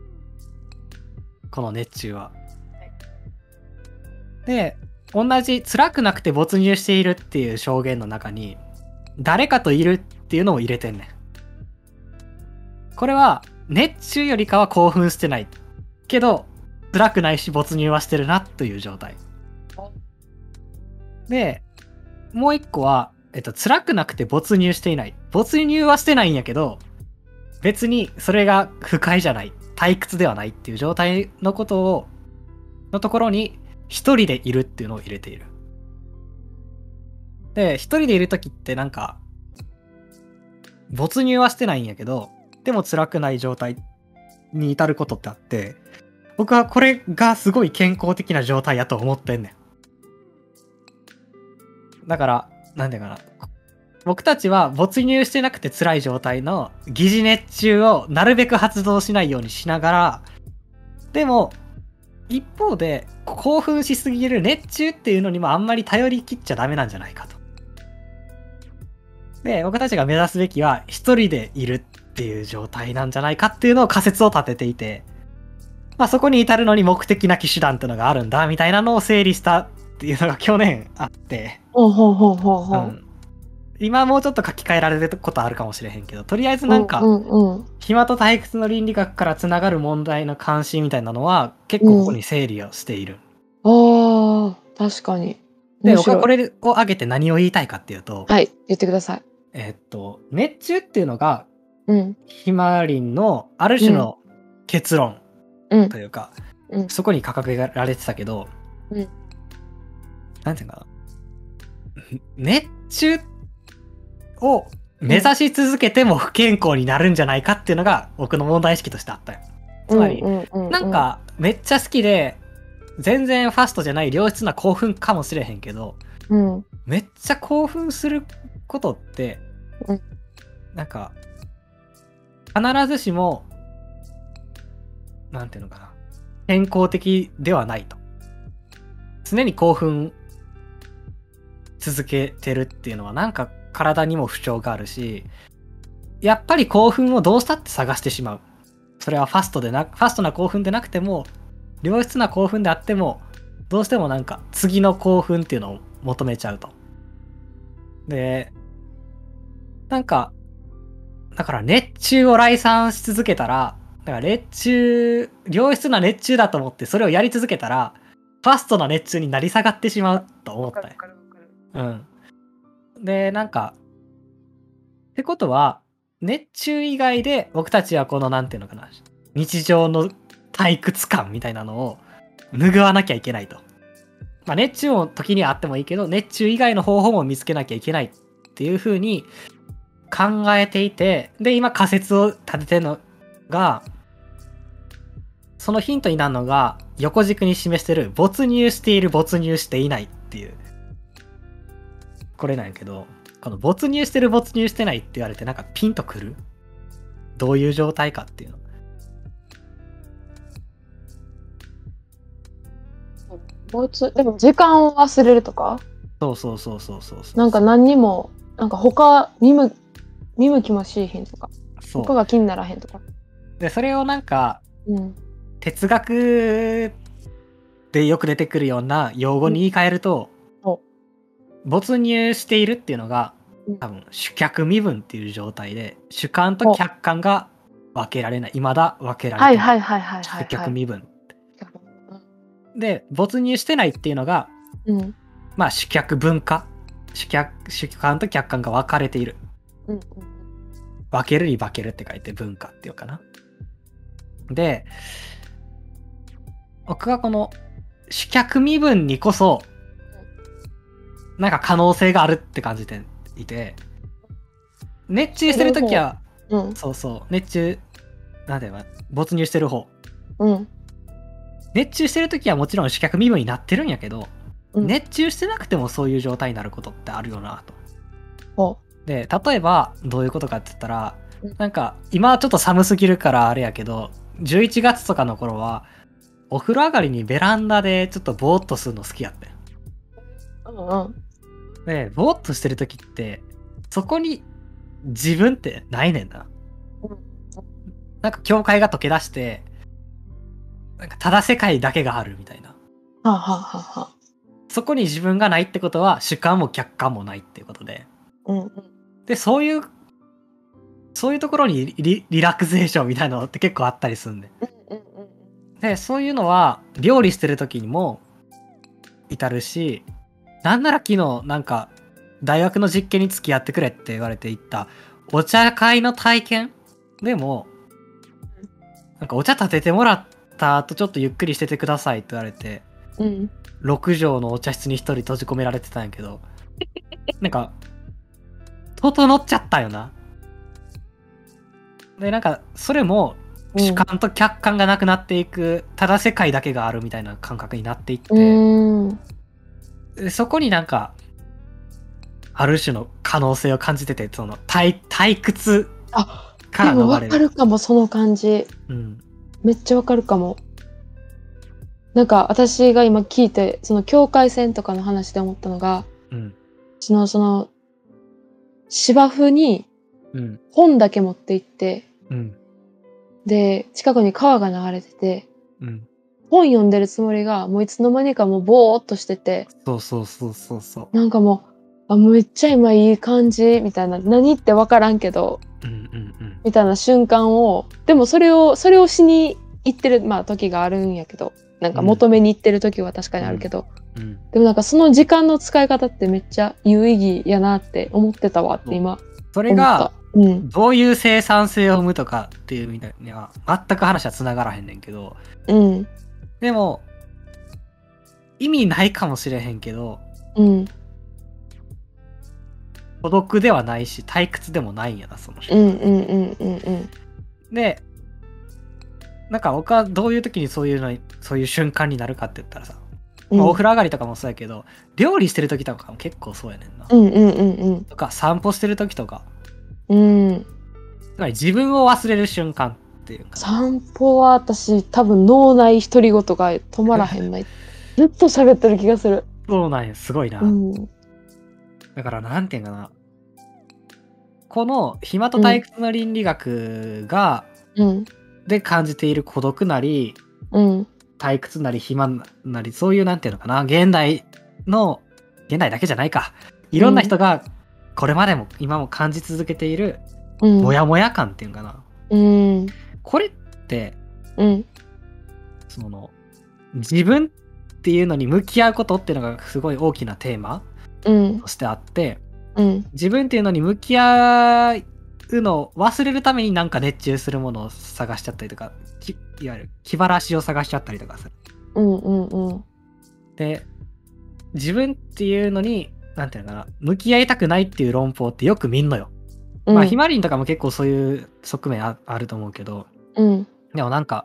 Speaker 1: この熱中は。で同じ辛くなくて没入しているっていう証言の中に誰かといるっていうのを入れてんねん。これは熱中よりかは興奮してないけど辛くないし没入はしてるなという状態で、もう一個は、えっと、辛くなくて没入していない没入はしてないんやけど別にそれが不快じゃない退屈ではないっていう状態のことをのところに一人でいるっていうのを入れている。で一人でいる時ってなんか没入はしてないんやけどでも辛くない状態に至ることってあって、僕はこれがすごい健康的な状態やと思ってんねん。だから、なんていうかな。僕たちは没入してなくて辛い状態の疑似熱中をなるべく発動しないようにしながら、でも、一方で興奮しすぎる熱中っていうのにもあんまり頼り切っちゃダメなんじゃないかと。で、僕たちが目指すべきは一人でいるっていう状態なんじゃないかっていうのを仮説を立てていて、まあそこに至るのに目的なき手段っていうのがあるんだみたいなのを整理したっていうのが去年あって、
Speaker 2: ほうほうほうほうほう、
Speaker 1: うん今もうちょっと書き換えられることあるかもしれへんけど、とりあえずなんか、
Speaker 2: うんうんうん、
Speaker 1: 暇と退屈の倫理学からつながる問題の関心みたいなのは結構ここに整理をしている。
Speaker 2: うん、ああ、確かに。
Speaker 1: で、僕はこれを挙げて何を言いたいかっていうと、
Speaker 2: はい、言ってください。
Speaker 1: えー、っと、熱中っていうのが、
Speaker 2: うん、
Speaker 1: ひまりんのある種の結論というか、うん、そこに掲げられてたけど、うん、なんていうかな、熱中ってを目指し続けても不健康になるんじゃないかっていうのが僕の問題意識としてあったよ。つまり、なんかめっちゃ好きで全然ファストじゃない良質な興奮かもしれへんけど、うん、めっちゃ興奮することって、うん、なんか必ずしもなんていうのかな、健康的ではないと。常に興奮続けてるっていうのはなんか体にも不調があるし、やっぱり興奮をどうしたって探してしまう。それはファストでな、ファストな興奮でなくても、良質な興奮であっても、どうしてもなんか次の興奮っていうのを求めちゃうと。で、なんか、だから熱中を来賛し続けたら、だから熱中、良質な熱中だと思ってそれをやり続けたら、ファストな熱中になり下がってしまうと思ったよ。うん。で、なんか、ってことは、熱中以外で僕たちはこのなんていうのかな、日常の退屈感みたいなのを拭わなきゃいけないと。まあ熱中も時にはあってもいいけど、熱中以外の方法も見つけなきゃいけないっていう風に考えていて、で、今仮説を立ててるのが、そのヒントになるのが横軸に示してる没入している没入していないっていう。これなんやけど、この没入してる没入してないって言われてなんかピンとくる？どういう状態かっていうの。
Speaker 2: 没、でも時間を忘れるとか？
Speaker 1: そうそうそうそうそうそう。
Speaker 2: なんか何にも、なんか他見向、見向きもしへんとか。そう。他が気にならへんとか。
Speaker 1: で、それをなんか、うん、哲学でよく出てくるような用語に言い換えると、うん、没入しているっていうのが多分主客身分っていう状態で主観と客観が分けられない、未だ分けられない、はいはいはいはい、はい、主客身分で、没入してないっていうのが、うん、まあ主客分化、主客主観と客観が分かれている、うんうん、分けるに分けるって書いて文化っていうかな。で、僕はこの主客身分にこそなんか可能性があるって感じていて、熱中してるときは、うん、そうそう、熱中、なんていうの、没入してる方。うん。熱中してるときはもちろん主客身分になってるんやけど、うん、熱中してなくてもそういう状態になることってあるよなと。で、例えばどういうことかって言ったら、うん、なんか今はちょっと寒すぎるからあれやけど、じゅういちがつとかの頃は、お風呂上がりにベランダでちょっとぼーっとするの好きやったよ。うんうん。で、ぼーっとしてるときって、そこに自分ってないねんな。うん、なんか境界が溶け出して、なんかただ世界だけがあるみたいな。はあ、はあははあ、そこに自分がないってことは主観も客観もないっていうことで。うんうん、で、そういう、そういうところに リ, リラクゼーションみたいなのって結構あったりするんで。うんうんうん、で、そういうのは料理してる時にも至るし、なんなら昨日なんか大学の実験に付き合ってくれって言われて行ったお茶会の体験でも、なんかお茶立ててもらった後ちょっとゆっくりしててくださいって言われて、うん、ろく畳のお茶室に一人閉じ込められてたんやけど、なんか整っちゃったよな。で、なんかそれも主観と客観がなくなっていく、ただ世界だけがあるみたいな感覚になっていって、
Speaker 2: うん
Speaker 1: そこになんかある種の可能性を感じてて、その退退屈から
Speaker 2: でも
Speaker 1: 逃れる。
Speaker 2: 分かるかもその感じ、
Speaker 1: うん、
Speaker 2: めっちゃ分かるかも。なんか私が今聞いてその境界線とかの話で思ったのが、
Speaker 1: うん、
Speaker 2: そのその芝生に本だけ持って行って、
Speaker 1: うん、
Speaker 2: で近くに川が流れてて、
Speaker 1: うん、
Speaker 2: 本読んでるつもりがもういつの間にかもうボーっとしてて、
Speaker 1: そうそうそうそうそう。
Speaker 2: なんかもうあめっちゃ今いい感じみたいな、何って分からんけど、
Speaker 1: うんうんうん、
Speaker 2: みたいな瞬間を、でもそれをそれをしに行ってるまあ時があるんやけど、なんか求めに行ってる時は確かにあるけど、
Speaker 1: うんうん、
Speaker 2: でもなんかその時間の使い方ってめっちゃ有意義やなって思ってたわって今。
Speaker 1: それが、うん、どういう生産性を生むとかっていうみたいには全く話はつながらへんねんけど、
Speaker 2: うん、
Speaker 1: でも意味ないかもしれへんけど、
Speaker 2: うん、
Speaker 1: 孤独ではないし退屈でもないんやなその人。
Speaker 2: うんうんうんうんうん。
Speaker 1: で、なんか僕はどういう時にそういうのそういう瞬間になるかって言ったらさ、まあ、お風呂上がりとかもそうやけど、料理してる時とかも結構そうやねんな。
Speaker 2: うんうんうんうん。
Speaker 1: とか散歩してる時とか。
Speaker 2: うん。
Speaker 1: つまり自分を忘れる瞬間っていうか。
Speaker 2: 散歩は私多分脳内独り言が止まらへんない。ずっと喋ってる気がする。
Speaker 1: そうなんや、すごいな。うん、だからなんていうかな。この暇と退屈の倫理学が、うん、で感じている孤独なり、うん、退屈なり暇なり、そういうなんていうのかな、現代の現代だけじゃないか、いろんな人がこれまでも今も感じ続けているモヤモヤ感っていうかな、うん、これって、うん、その自分っていうのに向き合うことっていうのがすごい大きなテーマとしてあって、うん、自分っていうのに向き合うのを忘れるためになんか熱中するものを探しちゃったりとか、いわゆる気晴らしを探しちゃったりとかする。うんうんうん。で、自分っていうのになんていうのかな、向き合いたくないっていう論法ってよく見んのよ。うん、まあひまりんとかも結構そういう側面 あ, あると思うけど、うん、でもなんか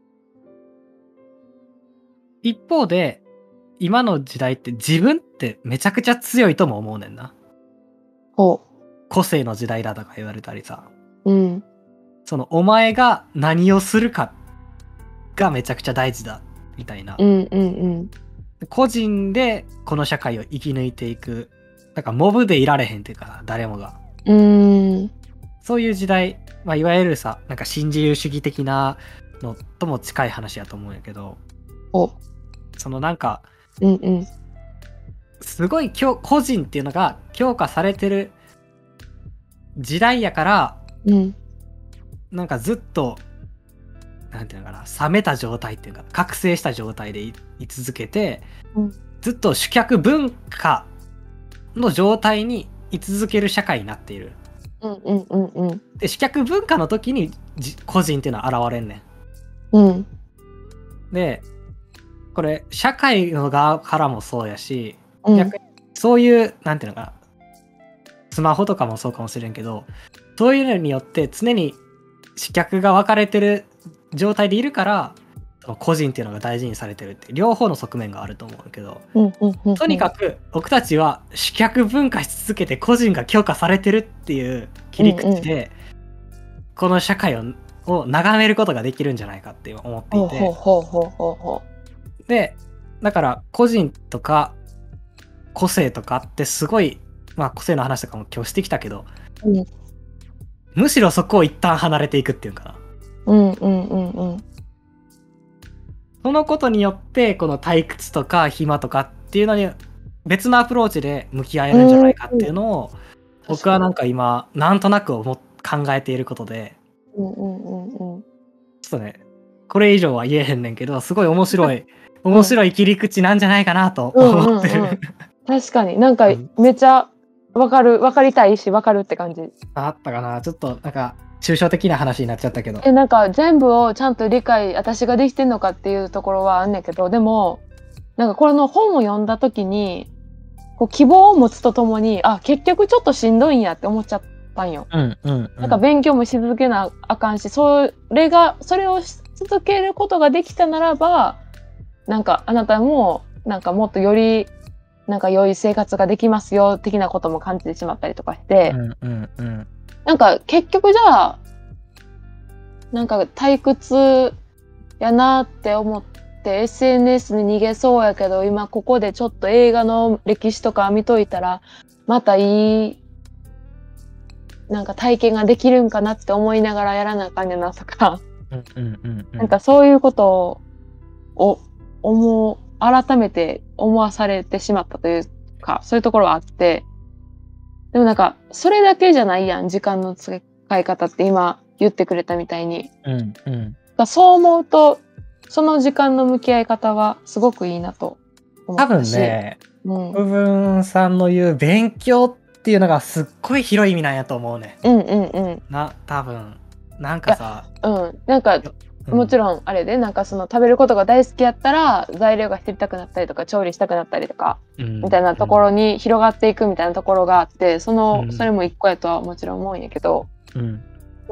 Speaker 1: 一方で今の時代って自分ってめちゃくちゃ強いとも思うねんな。個性の時代だとか言われたりさ、うん、そのお前が何をするかがめちゃくちゃ大事だみたいな、うんうんうん、個人でこの社会を生き抜いていく、なんかモブでいられへんっていうか誰もが、うん、そういう時代、まあ、いわゆるさなんか新自由主義的なのとも近い話やと思うんやけど、そのなんか、うんうん、すごい個人っていうのが強化されてる時代やから、うん、なんかずっとなんていうのかな、冷めた状態っていうか覚醒した状態で い, い続けて、うん、ずっと主客文化の状態に居続ける社会になっている。うんうんうんうん、で主客文化の時に個人っていうのは現れんねん。うん、でこれ社会の側からもそうやし、うん、逆にそういうなんていうのかな、スマホとかもそうかもしれんけど、そういうのによって常に主客が分かれてる状態でいるから個人っていうのが大事にされてるって両方の側面があると思うけど、うんうんうんうん、とにかく僕たちは主客分化し続けて個人が強化されてるっていう切り口で、うんうん、この社会を、を眺めることができるんじゃないかって思っていて、ほうほうほうほうほう。でだから個人とか個性とかってすごい、まあ個性の話とかも今日してきたけど、うん、むしろそこを一旦離れていくっていうかな、うんうんうんうん、そのことによってこの退屈とか暇とかっていうのに別のアプローチで向き合えるんじゃないかっていうのを僕はなんか今なんとなく思考えていることで、うんうんうんうん、ちょっとねこれ以上は言えへんねんけど、すごい面白い面白い切り口なんじゃないかなと思ってる、うんうんうん、確かになんかめっちゃ分かる、分かりたいし分かるって感じあったかな。ちょっとなんか抽象的な話になっちゃったけど、えなんか全部をちゃんと理解私ができてんのかっていうところはあんねんけど、でもなんかこれの本を読んだ時にこう希望を持つとともに、あ結局ちょっとしんどいんやって思っちゃっ
Speaker 2: ったんよ。
Speaker 1: うんうんうん、
Speaker 2: なんか勉強もし続けなあかんし、それが、それをし続けることができたならば、なんかあなたも、なんかもっとより、なんか良い生活ができますよ、的なことも感じてしまったりとかして、
Speaker 1: うんうんうん、
Speaker 2: なんか結局じゃあ、なんか退屈やなって思って エスエヌエス に逃げそうやけど、今ここでちょっと映画の歴史とか見といたら、またいい、なんか体験ができるんかなって思いながらやらなあかんねんなとか、
Speaker 1: うんうんうんうん、
Speaker 2: なんかそういうことを思う、改めて思わされてしまったというか、そういうところはあって、でもなんか、それだけじゃないやん、時間の使い方って今言ってくれたみたいに。
Speaker 1: うんうん、
Speaker 2: だそう思うと、その時間の向き合い方はすごくいいなと思ったし。
Speaker 1: 多分ね、
Speaker 2: うん、
Speaker 1: 国分さんの言う勉強っていうのがすっごい広い意味なんやと思うね。
Speaker 2: うんうんうん。
Speaker 1: な、多分。なんかさ。
Speaker 2: うん。なんか、うん、もちろんあれで、なんかその食べることが大好きやったら、材料が知りたくなったりとか、調理したくなったりとか、うん、みたいなところに広がっていくみたいなところがあって、その、うん、それも一個やとはもちろん思うんやけど、うん、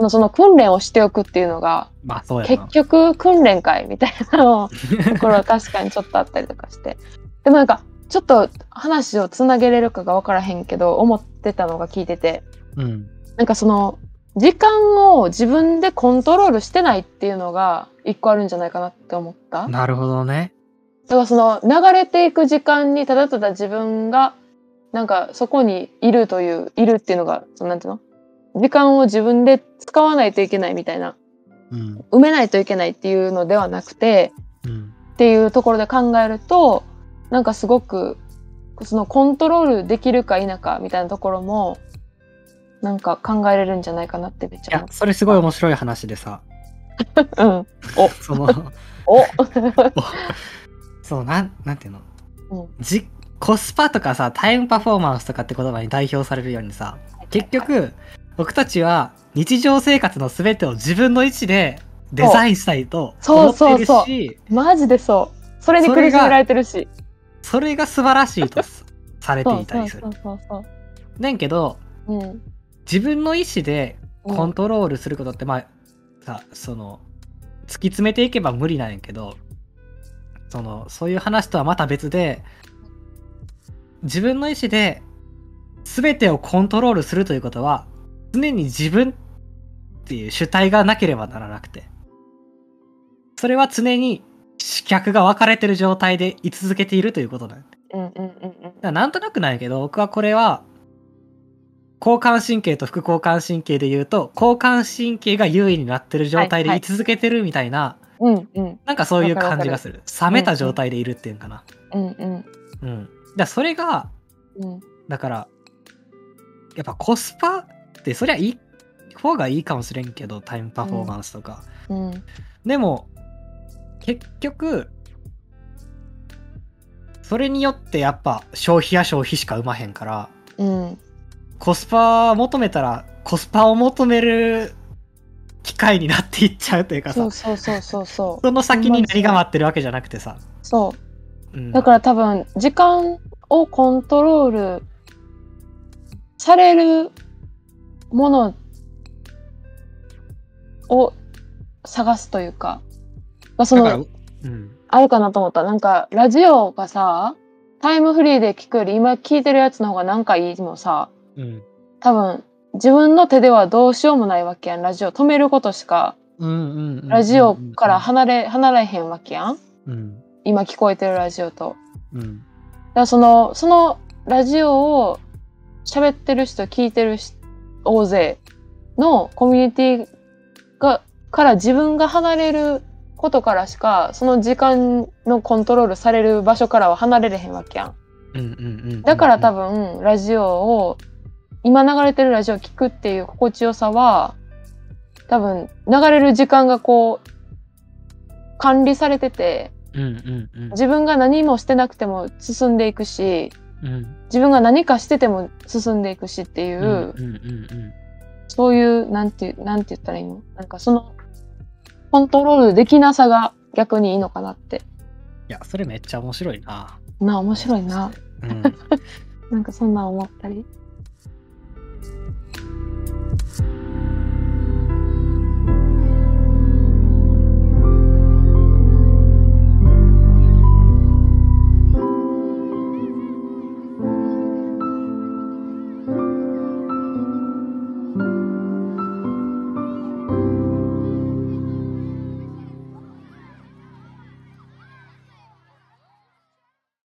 Speaker 2: その訓練をしておくっていうのが、
Speaker 1: まあそうやな、
Speaker 2: 結局訓練会みたいなのところは確かにちょっとあったりとかして。でもなんか、ちょっと話をつなげれるかが分からへんけど、思ってたのが聞いてて、うん、なんかその、時間を自分でコントロールしてないっていうのが一個あるんじゃないかなって思った。
Speaker 1: なるほどね。
Speaker 2: だからその流れていく時間にただただ自分がなんかそこにいるという、いるっていうのが、そのなんていうの？時間を自分で使わないといけないみたいな、うん、埋めないといけないっていうのではなくて、うん、っていうところで考えると、なんかすごくそのコントロールできるか否かみたいなところもなんか考えれるんじゃないかなってめっちゃ思った。
Speaker 1: いや、それすごい面白い話でさ。
Speaker 2: うん。お
Speaker 1: その
Speaker 2: お
Speaker 1: そう、なん、なんていうの、うん、じコスパとかさ、タイムパフォーマンスとかって言葉に代表されるようにさ、結局、僕たちは日常生活の全てを自分の意思でデザインしたいと思ってるし、そうそうそう、
Speaker 2: マジでそう。それに苦しめられてるし。
Speaker 1: それが素晴らしいとされていたりする。ねんけど、うん、自分の意思でコントロールすることって、うん、まあさ、その突き詰めていけば無理なんやけど、そのそういう話とはまた別で、自分の意思で全てをコントロールするということは、常に自分っていう主体がなければならなくて、それは常に視脚が分かれてる状態で居続けているということなんだ。うんうんうんうん。だからなんとなくないけど、僕はこれは交感神経と副交感神経で言うと、交感神経が優位になってる状態で居続けてるみたいな、はいはい、うんうん、なんかそういう感じがする。冷めた状態でいるっていうかな。うんうんうん。だそれが、うん、だからやっぱコスパってそりゃいい方がいいかもしれんけど、タイムパフォーマンスとか、うんうん、でも結局それによってやっぱ消費や消費しか生まへんから、うん、コスパを求めたらコスパを求める機会になっていっちゃうというかさ、
Speaker 2: そうそうそうそうそう、
Speaker 1: その先に何が待ってるわけじゃなくてさ、
Speaker 2: そう、うん、だから多分時間をコントロールされるものを探すというか、その、だから、うん、あるかなと思った。なんかラジオがさ、タイムフリーで聞くより今聞いてるやつの方がなんかいいもさ、うん、多分自分の手ではどうしようもないわけやん。ラジオ止めることしか、ラジオから離れ離れへんわけやん、うん、今聞こえてるラジオと、うん、だからそのそのラジオを喋ってる人聞いてる人大勢のコミュニティがから自分が離れることからしか、その時間のコントロールされる場所からは離れれへんわけやん。うんうんうんうん、だから多分ラジオを今流れてるラジオを聞くっていう心地よさは、多分流れる時間がこう管理されてて、うんうんうん、自分が何もしてなくても進んでいくし、うん、自分が何かしてても進んでいくしっていう、うんうんうんうん、そういうなんてなんて言ったらいいの？なんかそのコントロールできなさが逆にいいのかなって。
Speaker 1: いや、それめっちゃ面白いな。
Speaker 2: な、面白いな。うん、なんかそんな思ったり。